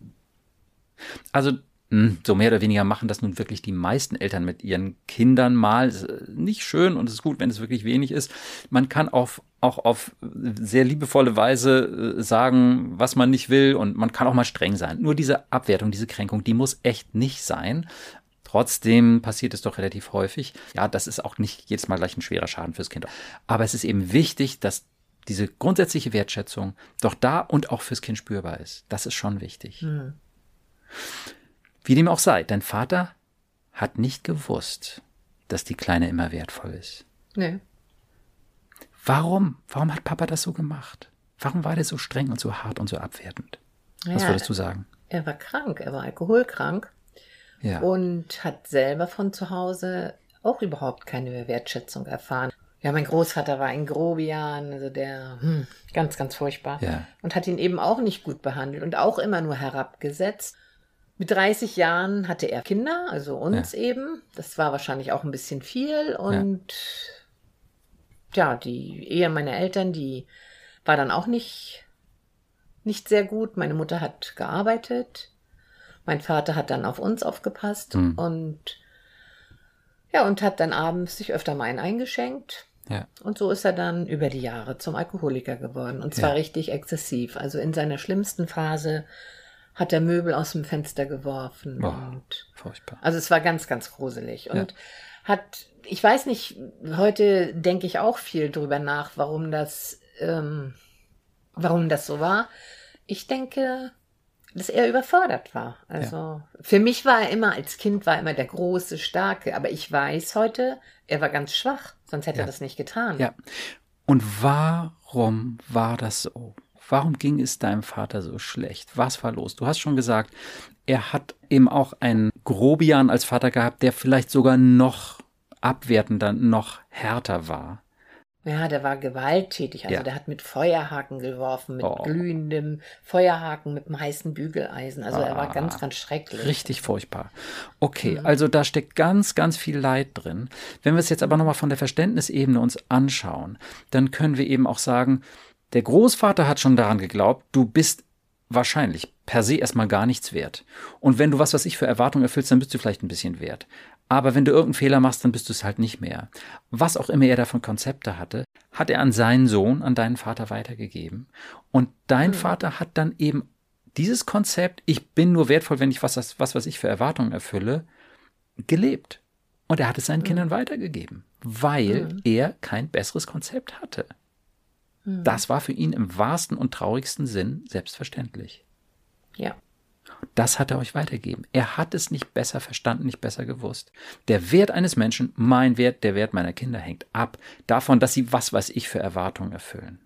Also, so mehr oder weniger machen das nun wirklich die meisten Eltern mit ihren Kindern mal. Ist nicht schön und es ist gut, wenn es wirklich wenig ist. Man kann auf auch auf sehr liebevolle Weise sagen, was man nicht will, und man kann auch mal streng sein. Nur diese Abwertung, diese Kränkung, die muss echt nicht sein. Trotzdem passiert es doch relativ häufig. Ja, das ist auch nicht jedes Mal gleich ein schwerer Schaden fürs Kind. Aber es ist eben wichtig, dass diese grundsätzliche Wertschätzung doch da und auch fürs Kind spürbar ist. Das ist schon wichtig. Wie dem auch sei, dein Vater hat nicht gewusst, dass die Kleine immer wertvoll ist. Nee. Warum? Warum hat Papa das so gemacht? Warum war der so streng und so hart und so abwertend? Was würdest du sagen? Er war krank, er war alkoholkrank. Ja. Und hat selber von zu Hause auch überhaupt keine Wertschätzung erfahren. Ja, mein Großvater war ein Grobian, also der ganz, ganz furchtbar. Ja. Und hat ihn eben auch nicht gut behandelt und auch immer nur herabgesetzt. Mit 30 Jahren hatte er Kinder, also uns eben. Das war wahrscheinlich auch ein bisschen viel. Und ja, die Ehe meiner Eltern, die war dann auch nicht sehr gut. Meine Mutter hat gearbeitet. Mein Vater hat dann auf uns aufgepasst und hat dann abends sich öfter mal einen eingeschenkt. Ja. Und so ist er dann über die Jahre zum Alkoholiker geworden. Und zwar richtig exzessiv. Also in seiner schlimmsten Phase hat er Möbel aus dem Fenster geworfen. Furchtbar. Also es war ganz, ganz gruselig. Und ich weiß nicht, heute denke ich auch viel drüber nach, warum das so war. Ich denke, dass er überfordert war. Also für mich war er immer, als Kind war er immer der große, starke, aber ich weiß heute, er war ganz schwach, sonst hätte er das nicht getan. Ja. Und warum war das so? Warum ging es deinem Vater so schlecht? Was war los? Du hast schon gesagt, er hat eben auch einen Grobian als Vater gehabt, der vielleicht sogar noch abwertender, noch härter war. Ja, der war gewalttätig. Also der hat mit Feuerhaken geworfen, mit glühendem Feuerhaken, mit einem heißen Bügeleisen. Also er war ganz, ganz schrecklich. Richtig furchtbar. Okay, also da steckt ganz, ganz viel Leid drin. Wenn wir es jetzt aber nochmal von der Verständnisebene uns anschauen, dann können wir eben auch sagen, der Großvater hat schon daran geglaubt, du bist wahrscheinlich per se erstmal gar nichts wert. Und wenn du was ich für Erwartungen erfüllst, dann bist du vielleicht ein bisschen wert. Aber wenn du irgendeinen Fehler machst, dann bist du es halt nicht mehr. Was auch immer er da von Konzepte hatte, hat er an seinen Sohn, an deinen Vater weitergegeben. Und dein Vater hat dann eben dieses Konzept, ich bin nur wertvoll, wenn ich was ich für Erwartungen erfülle, gelebt. Und er hat es seinen Kindern weitergegeben, weil er kein besseres Konzept hatte. Das war für ihn im wahrsten und traurigsten Sinn selbstverständlich. Ja. Das hat er euch weitergegeben. Er hat es nicht besser verstanden, nicht besser gewusst. Der Wert eines Menschen, mein Wert, der Wert meiner Kinder hängt ab davon, dass sie was weiß ich für Erwartungen erfüllen.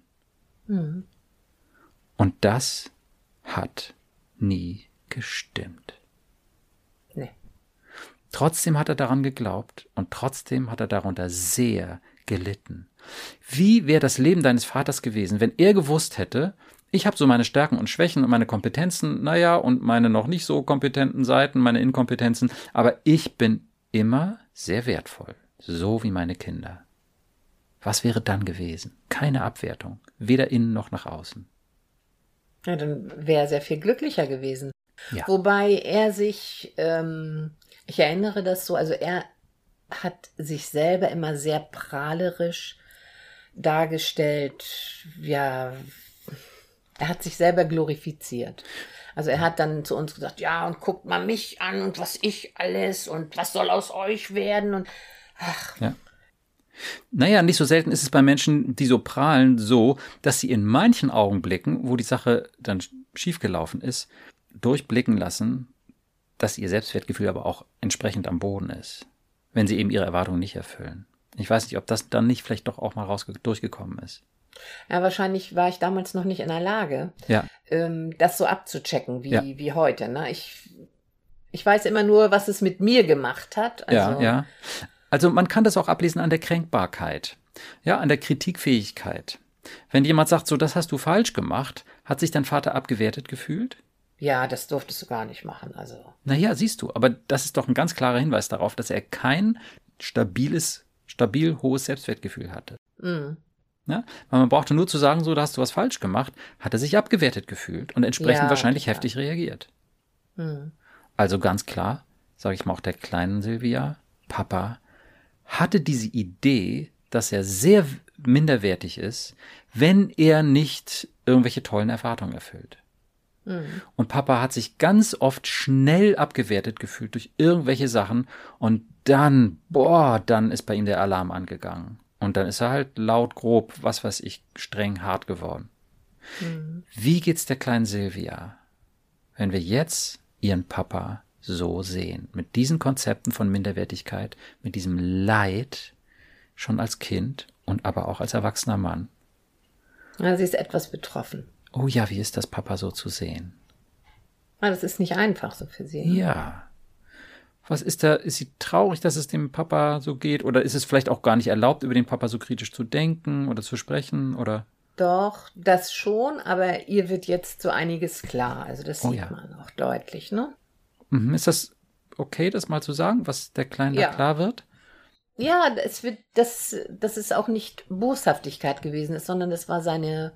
Und das hat nie gestimmt. Nee. Trotzdem hat er daran geglaubt und trotzdem hat er darunter sehr gelitten. Wie wäre das Leben deines Vaters gewesen, wenn er gewusst hätte, ich habe so meine Stärken und Schwächen und meine Kompetenzen, und meine noch nicht so kompetenten Seiten, meine Inkompetenzen, aber ich bin immer sehr wertvoll, so wie meine Kinder. Was wäre dann gewesen? Keine Abwertung, weder innen noch nach außen. Ja, dann wäre er sehr viel glücklicher gewesen. Ja. Wobei er sich, ich erinnere das so, also er hat sich selber immer sehr prahlerisch dargestellt, ja, er hat sich selber glorifiziert. Also er hat dann zu uns gesagt, ja, und guckt mal mich an und was ich alles und was soll aus euch werden und ach. Ja. Naja, nicht so selten ist es bei Menschen, die so prahlen, so, dass sie in manchen Augenblicken, wo die Sache dann schiefgelaufen ist, durchblicken lassen, dass ihr Selbstwertgefühl aber auch entsprechend am Boden ist, wenn sie eben ihre Erwartungen nicht erfüllen. Ich weiß nicht, ob das dann nicht vielleicht doch auch mal durchgekommen ist. Ja, wahrscheinlich war ich damals noch nicht in der Lage, das so abzuchecken wie heute. Ne? Ich weiß immer nur, was es mit mir gemacht hat. Also, ja. Also man kann das auch ablesen an der Kränkbarkeit, an der Kritikfähigkeit. Wenn jemand sagt, so, das hast du falsch gemacht, hat sich dein Vater abgewertet gefühlt? Ja, das durftest du gar nicht machen. Also. Naja, siehst du, aber das ist doch ein ganz klarer Hinweis darauf, dass er kein stabil hohes Selbstwertgefühl hatte. Ja? Weil man brauchte nur zu sagen, so, da hast du was falsch gemacht, hat er sich abgewertet gefühlt und entsprechend wahrscheinlich heftig reagiert. Also ganz klar, sage ich mal auch der kleinen Silvia, Papa hatte diese Idee, dass er sehr minderwertig ist, wenn er nicht irgendwelche tollen Erwartungen erfüllt. Und Papa hat sich ganz oft schnell abgewertet gefühlt durch irgendwelche Sachen und dann ist bei ihm der Alarm angegangen. Und dann ist er halt laut, grob, was weiß ich, streng, hart geworden. Wie geht's der kleinen Silvia, wenn wir jetzt ihren Papa so sehen, mit diesen Konzepten von Minderwertigkeit, mit diesem Leid, schon als Kind und aber auch als erwachsener Mann? Ja, sie ist etwas betroffen. Oh ja, wie ist das, Papa so zu sehen? Das ist nicht einfach so für sie. Ne? Ja. Was ist da? Ist sie traurig, dass es dem Papa so geht? Oder ist es vielleicht auch gar nicht erlaubt, über den Papa so kritisch zu denken oder zu sprechen? Oder? Doch, das schon, aber ihr wird jetzt so einiges klar. Also das sieht man auch deutlich, ne? Ist das okay, das mal zu sagen, was der Kleinen da klar wird? Ja, das ist auch nicht Boshaftigkeit gewesen ist, sondern das war seine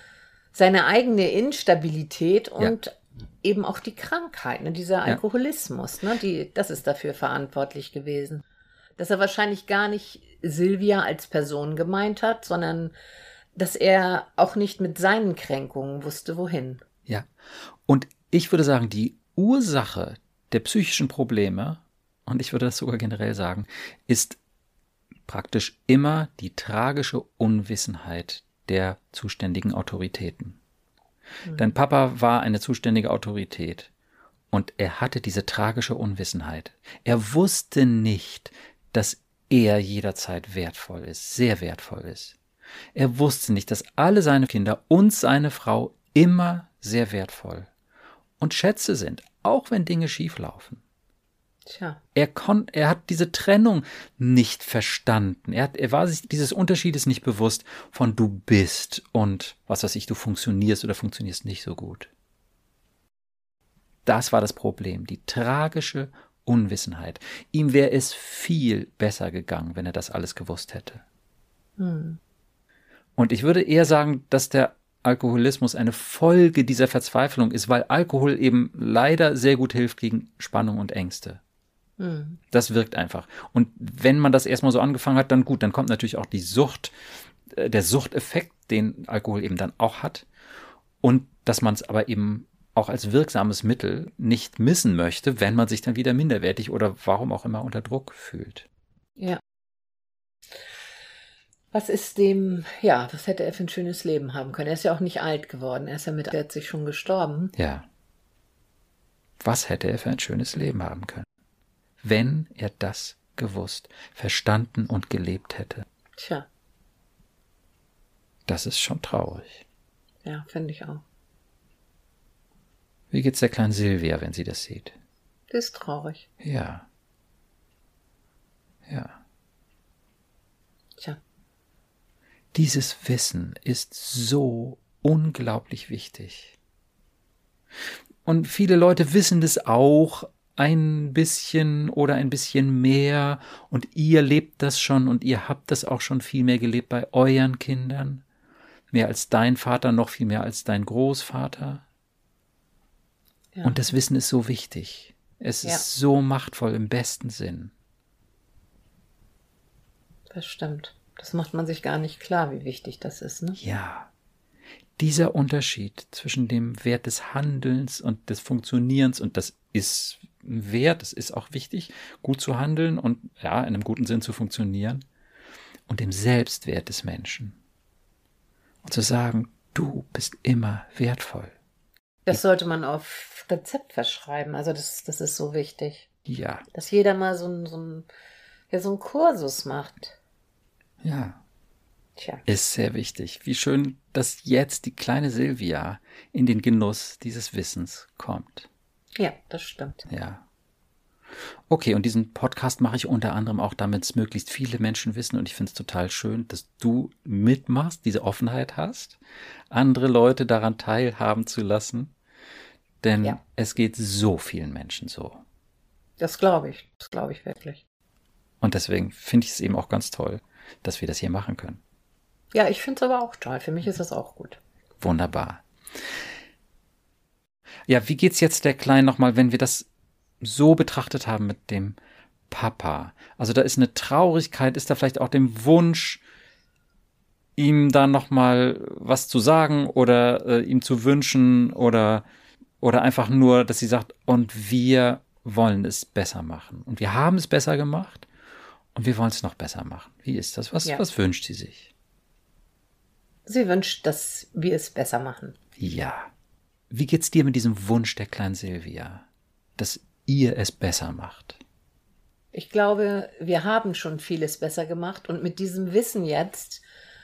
eigene Instabilität und eben auch die Krankheit, ne, dieser Alkoholismus, ne, das ist dafür verantwortlich gewesen. Dass er wahrscheinlich gar nicht Silvia als Person gemeint hat, sondern dass er auch nicht mit seinen Kränkungen wusste, wohin. Ja, und ich würde sagen, die Ursache der psychischen Probleme, und ich würde das sogar generell sagen, ist praktisch immer die tragische Unwissenheit der zuständigen Autoritäten. Dein Papa war eine zuständige Autorität und er hatte diese tragische Unwissenheit. Er wusste nicht, dass er jederzeit wertvoll ist, sehr wertvoll ist. Er wusste nicht, dass alle seine Kinder und seine Frau immer sehr wertvoll und Schätze sind, auch wenn Dinge schieflaufen. Tja. Er hat diese Trennung nicht verstanden. Er war sich dieses Unterschiedes nicht bewusst von du bist und was weiß ich, du funktionierst oder funktionierst nicht so gut. Das war das Problem, die tragische Unwissenheit. Ihm wäre es viel besser gegangen, wenn er das alles gewusst hätte. Und ich würde eher sagen, dass der Alkoholismus eine Folge dieser Verzweiflung ist, weil Alkohol eben leider sehr gut hilft gegen Spannung und Ängste. Das wirkt einfach. Und wenn man das erstmal so angefangen hat, dann gut, dann kommt natürlich auch die Sucht, der Suchteffekt, den Alkohol eben dann auch hat. Und dass man es aber eben auch als wirksames Mittel nicht missen möchte, wenn man sich dann wieder minderwertig oder warum auch immer unter Druck fühlt. Ja. Was hätte er für ein schönes Leben haben können? Er ist ja auch nicht alt geworden. Er ist ja mit 40 schon gestorben. Ja. Was hätte er für ein schönes Leben haben können? Wenn er das gewusst, verstanden und gelebt hätte. Tja. Das ist schon traurig. Ja, finde ich auch. Wie geht's der kleinen Silvia, wenn sie das sieht? Die ist traurig. Ja. Ja. Tja. Dieses Wissen ist so unglaublich wichtig. Und viele Leute wissen das auch, ein bisschen oder ein bisschen mehr und ihr lebt das schon und ihr habt das auch schon viel mehr gelebt bei euren Kindern. Mehr als dein Vater, noch viel mehr als dein Großvater. Ja. Und das Wissen ist so wichtig. Es ist so machtvoll im besten Sinn. Das stimmt. Das macht man sich gar nicht klar, wie wichtig das ist, ne? Ja. Dieser Unterschied zwischen dem Wert des Handelns und des Funktionierens, und das ist ein Wert, es ist auch wichtig, gut zu handeln und in einem guten Sinn zu funktionieren, und dem Selbstwert des Menschen. Und zu sagen, du bist immer wertvoll. Das sollte man auf Rezept verschreiben, also das ist so wichtig. Ja. Dass jeder mal so einen Kursus macht. Ja. Tja. Ist sehr wichtig. Wie schön, dass jetzt die kleine Silvia in den Genuss dieses Wissens kommt. Ja, das stimmt. Ja. Okay, und diesen Podcast mache ich unter anderem auch, damit es möglichst viele Menschen wissen. Und ich finde es total schön, dass du mitmachst, diese Offenheit hast, andere Leute daran teilhaben zu lassen. Denn es geht so vielen Menschen so. Das glaube ich. Das glaube ich wirklich. Und deswegen finde ich es eben auch ganz toll, dass wir das hier machen können. Ja, ich finde es aber auch toll. Für mich ist das auch gut. Wunderbar. Ja, wie geht's jetzt der Kleinen nochmal, wenn wir das so betrachtet haben mit dem Papa? Also da ist eine Traurigkeit, ist da vielleicht auch dem Wunsch, ihm dann nochmal was zu sagen oder ihm zu wünschen oder einfach nur, dass sie sagt, und wir wollen es besser machen. Und wir haben es besser gemacht und wir wollen es noch besser machen. Wie ist das? Was wünscht sie sich? Sie wünscht, dass wir es besser machen. Ja. Wie geht's dir mit diesem Wunsch der kleinen Silvia, dass ihr es besser macht? Ich glaube, wir haben schon vieles besser gemacht und mit diesem Wissen jetzt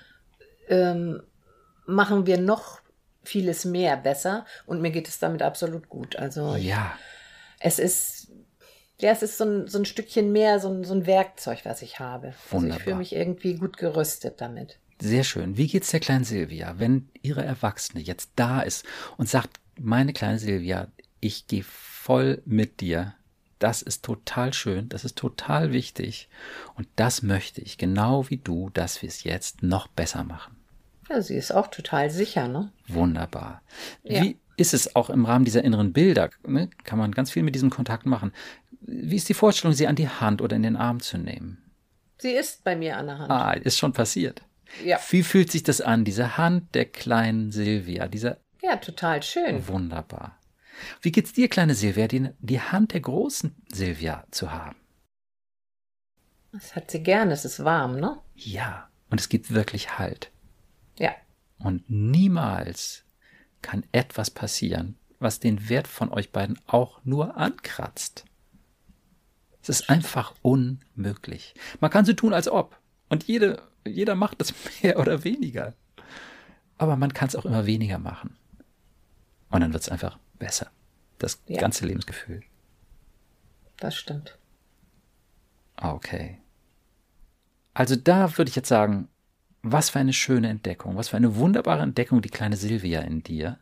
machen wir noch vieles mehr besser und mir geht es damit absolut gut. Also es ist so ein Stückchen mehr, so ein Werkzeug, was ich habe. Wunderbar. Also ich fühle mich irgendwie gut gerüstet damit. Sehr schön. Wie geht's der kleinen Silvia, wenn ihre Erwachsene jetzt da ist und sagt, meine kleine Silvia, ich gehe voll mit dir. Das ist total schön, das ist total wichtig und das möchte ich, genau wie du, dass wir es jetzt noch besser machen. Ja, sie ist auch total sicher, ne? Wunderbar. Ja. Wie ist es auch im Rahmen dieser inneren Bilder? Ne? Kann man ganz viel mit diesem Kontakt machen. Wie ist die Vorstellung, sie an die Hand oder in den Arm zu nehmen? Sie ist bei mir an der Hand. Ist schon passiert. Ja. Wie fühlt sich das an, diese Hand der kleinen Silvia? Ja, total schön. Wunderbar. Wie geht's dir, kleine Silvia, die Hand der großen Silvia zu haben? Das hat sie gern, es ist warm, ne? Ja, und es gibt wirklich Halt. Ja. Und niemals kann etwas passieren, was den Wert von euch beiden auch nur ankratzt. Es ist einfach unmöglich. Man kann so tun, als ob. Und jeder macht das mehr oder weniger. Aber man kann es auch immer weniger machen. Und dann wird es einfach besser. Das ganze Lebensgefühl. Das stimmt. Okay. Also da würde ich jetzt sagen, was für eine schöne Entdeckung, was für eine wunderbare Entdeckung, die kleine Silvia in dir.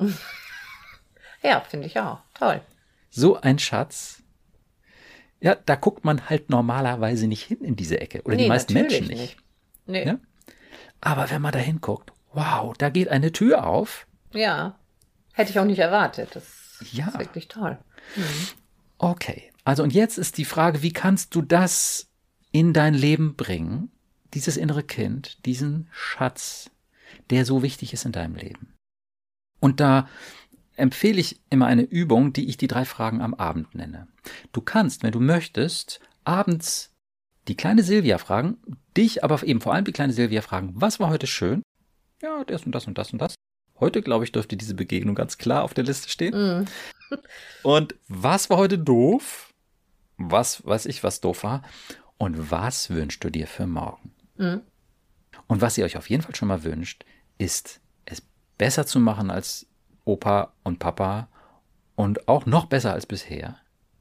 Ja, finde ich auch. Toll. So ein Schatz. Ja, da guckt man halt normalerweise nicht hin in diese Ecke. Oder die meisten Menschen nicht. Nee. Ja? Aber wenn man da hinguckt, wow, da geht eine Tür auf. Ja, hätte ich auch nicht erwartet. Das ist Ja. wirklich toll. Okay, also und jetzt ist die Frage, wie kannst du das in dein Leben bringen, dieses innere Kind, diesen Schatz, der so wichtig ist in deinem Leben? Und da empfehle ich immer eine Übung, die ich die 3 Fragen am Abend nenne. Du kannst, wenn du möchtest, abends die kleine Silvia fragen, dich aber eben vor allem die kleine Silvia fragen, was war heute schön? Ja, das und das und das und das. Heute, glaube ich, dürfte diese Begegnung ganz klar auf der Liste stehen. Und was war heute doof? Was weiß ich, was doof war? Und was wünschst du dir für morgen? Und was ihr euch auf jeden Fall schon mal wünscht, ist, es besser zu machen als Opa und Papa und auch noch besser als bisher.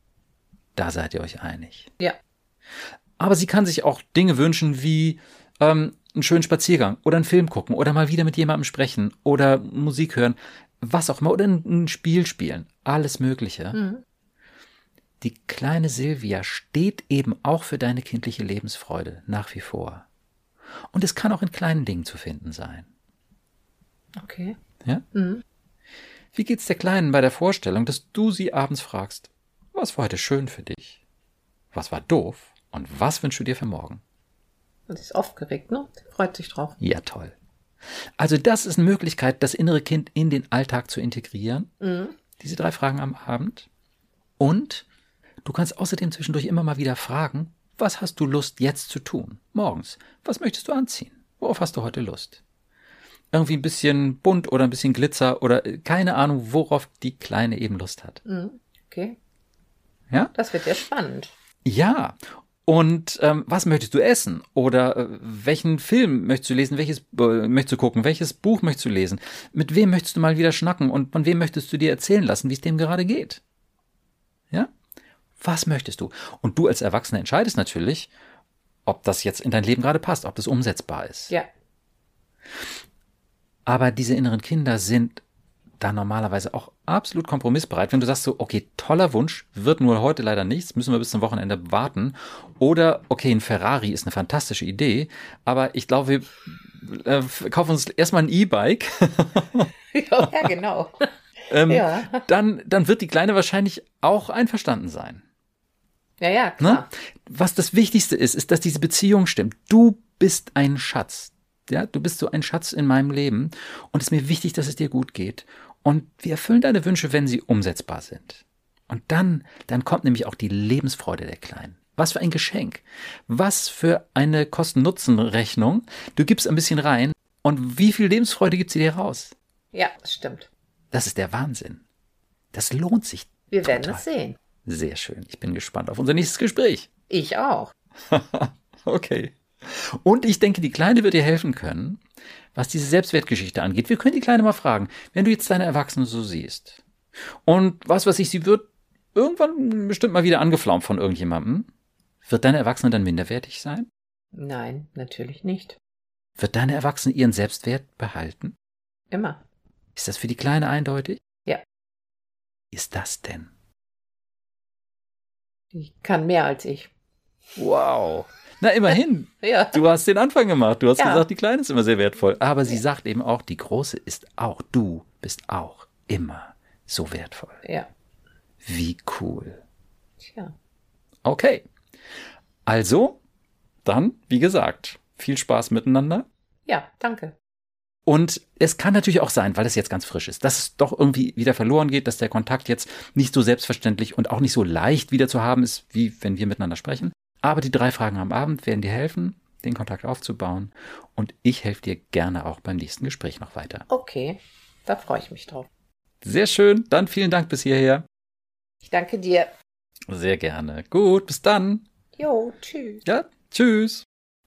Da seid ihr euch einig. Ja. Aber sie kann sich auch Dinge wünschen wie einen schönen Spaziergang oder einen Film gucken oder mal wieder mit jemandem sprechen oder Musik hören, was auch immer, oder ein Spiel spielen. Alles Mögliche. Die kleine Silvia steht eben auch für deine kindliche Lebensfreude nach wie vor. Und es kann auch in kleinen Dingen zu finden sein. Okay. Ja? Wie geht's der Kleinen bei der Vorstellung, dass du sie abends fragst, was war heute schön für dich? Was war doof? Und was wünschst du dir für morgen? Und sie ist aufgeregt, ne? Sie freut sich drauf. Ja, toll. Also das ist eine Möglichkeit, das innere Kind in den Alltag zu integrieren. Diese 3 Fragen am Abend. Und du kannst außerdem zwischendurch immer mal wieder fragen, was hast du Lust jetzt zu tun? Morgens. Was möchtest du anziehen? Worauf hast du heute Lust? Irgendwie ein bisschen bunt oder ein bisschen Glitzer oder keine Ahnung, worauf die Kleine eben Lust hat. Okay. Ja? Das wird ja spannend. Ja. Und was möchtest du essen? Oder welchen Film möchtest du lesen? Welches möchtest du gucken? Welches Buch möchtest du lesen? Mit wem möchtest du mal wieder schnacken? Und von wem möchtest du dir erzählen lassen, wie es dem gerade geht? Ja? Was möchtest du? Und du als Erwachsener entscheidest natürlich, ob das jetzt in dein Leben gerade passt, ob das umsetzbar ist. Ja. Aber diese inneren Kinder sind da normalerweise auch absolut kompromissbereit. Wenn du sagst so, okay, toller Wunsch, wird nur heute leider nichts, müssen wir bis zum Wochenende warten. Oder, okay, ein Ferrari ist eine fantastische Idee, aber ich glaube, wir kaufen uns erstmal ein E-Bike. Ja, genau. Dann wird die Kleine wahrscheinlich auch einverstanden sein. Ja, klar. Ne? Was das Wichtigste ist, dass diese Beziehung stimmt. Du bist ein Schatz. Ja, du bist so ein Schatz in meinem Leben und es ist mir wichtig, dass es dir gut geht. Und wir erfüllen deine Wünsche, wenn sie umsetzbar sind. Und dann kommt nämlich auch die Lebensfreude der Kleinen. Was für ein Geschenk. Was für eine Kosten-Nutzen-Rechnung. Du gibst ein bisschen rein und wie viel Lebensfreude gibt sie dir raus? Ja, das stimmt. Das ist der Wahnsinn. Das lohnt sich. Wir werden es sehen. Sehr schön. Ich bin gespannt auf unser nächstes Gespräch. Ich auch. Okay. Und ich denke, die Kleine wird dir helfen können, was diese Selbstwertgeschichte angeht. Wir können die Kleine mal fragen, wenn du jetzt deine Erwachsene so siehst. Und was weiß ich, sie wird irgendwann bestimmt mal wieder angeflaumt von irgendjemandem. Wird deine Erwachsene dann minderwertig sein? Nein, natürlich nicht. Wird deine Erwachsene ihren Selbstwert behalten? Immer. Ist das für die Kleine eindeutig? Ja. Wie ist das denn? Die kann mehr als ich. Wow. Na, immerhin. Ja. Du hast den Anfang gemacht. Du hast Ja. gesagt, die Kleine ist immer sehr wertvoll. Aber sie sagt eben auch, die Große ist auch, du bist auch immer so wertvoll. Ja. Wie cool. Tja. Okay. Also, dann, wie gesagt, viel Spaß miteinander. Ja, danke. Und es kann natürlich auch sein, weil es jetzt ganz frisch ist, dass es doch irgendwie wieder verloren geht, dass der Kontakt jetzt nicht so selbstverständlich und auch nicht so leicht wieder zu haben ist, wie wenn wir miteinander sprechen. Aber die 3 Fragen am Abend werden dir helfen, den Kontakt aufzubauen. Und ich helfe dir gerne auch beim nächsten Gespräch noch weiter. Okay, da freue ich mich drauf. Sehr schön. Dann vielen Dank bis hierher. Ich danke dir. Sehr gerne. Gut, bis dann. Jo, tschüss. Ja, tschüss.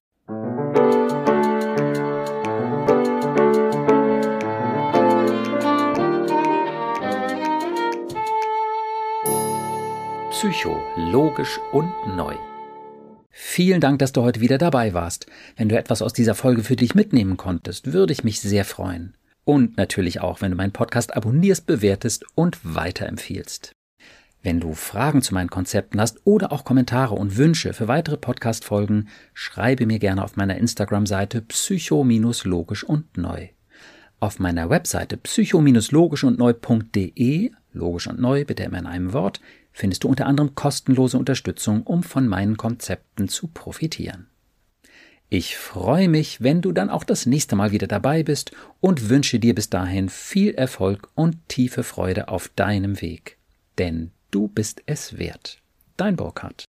Psycho, logisch und neu. Vielen Dank, dass du heute wieder dabei warst. Wenn du etwas aus dieser Folge für dich mitnehmen konntest, würde ich mich sehr freuen. Und natürlich auch, wenn du meinen Podcast abonnierst, bewertest und weiterempfiehlst. Wenn du Fragen zu meinen Konzepten hast oder auch Kommentare und Wünsche für weitere Podcast-Folgen, schreibe mir gerne auf meiner Instagram-Seite psycho-logisch und neu. Auf meiner Webseite psycho-logischundneu.de, logisch und neu, bitte immer in einem Wort, findest du unter anderem kostenlose Unterstützung, um von meinen Konzepten zu profitieren. Ich freue mich, wenn du dann auch das nächste Mal wieder dabei bist und wünsche dir bis dahin viel Erfolg und tiefe Freude auf deinem Weg. Denn du bist es wert. Dein Burkhard.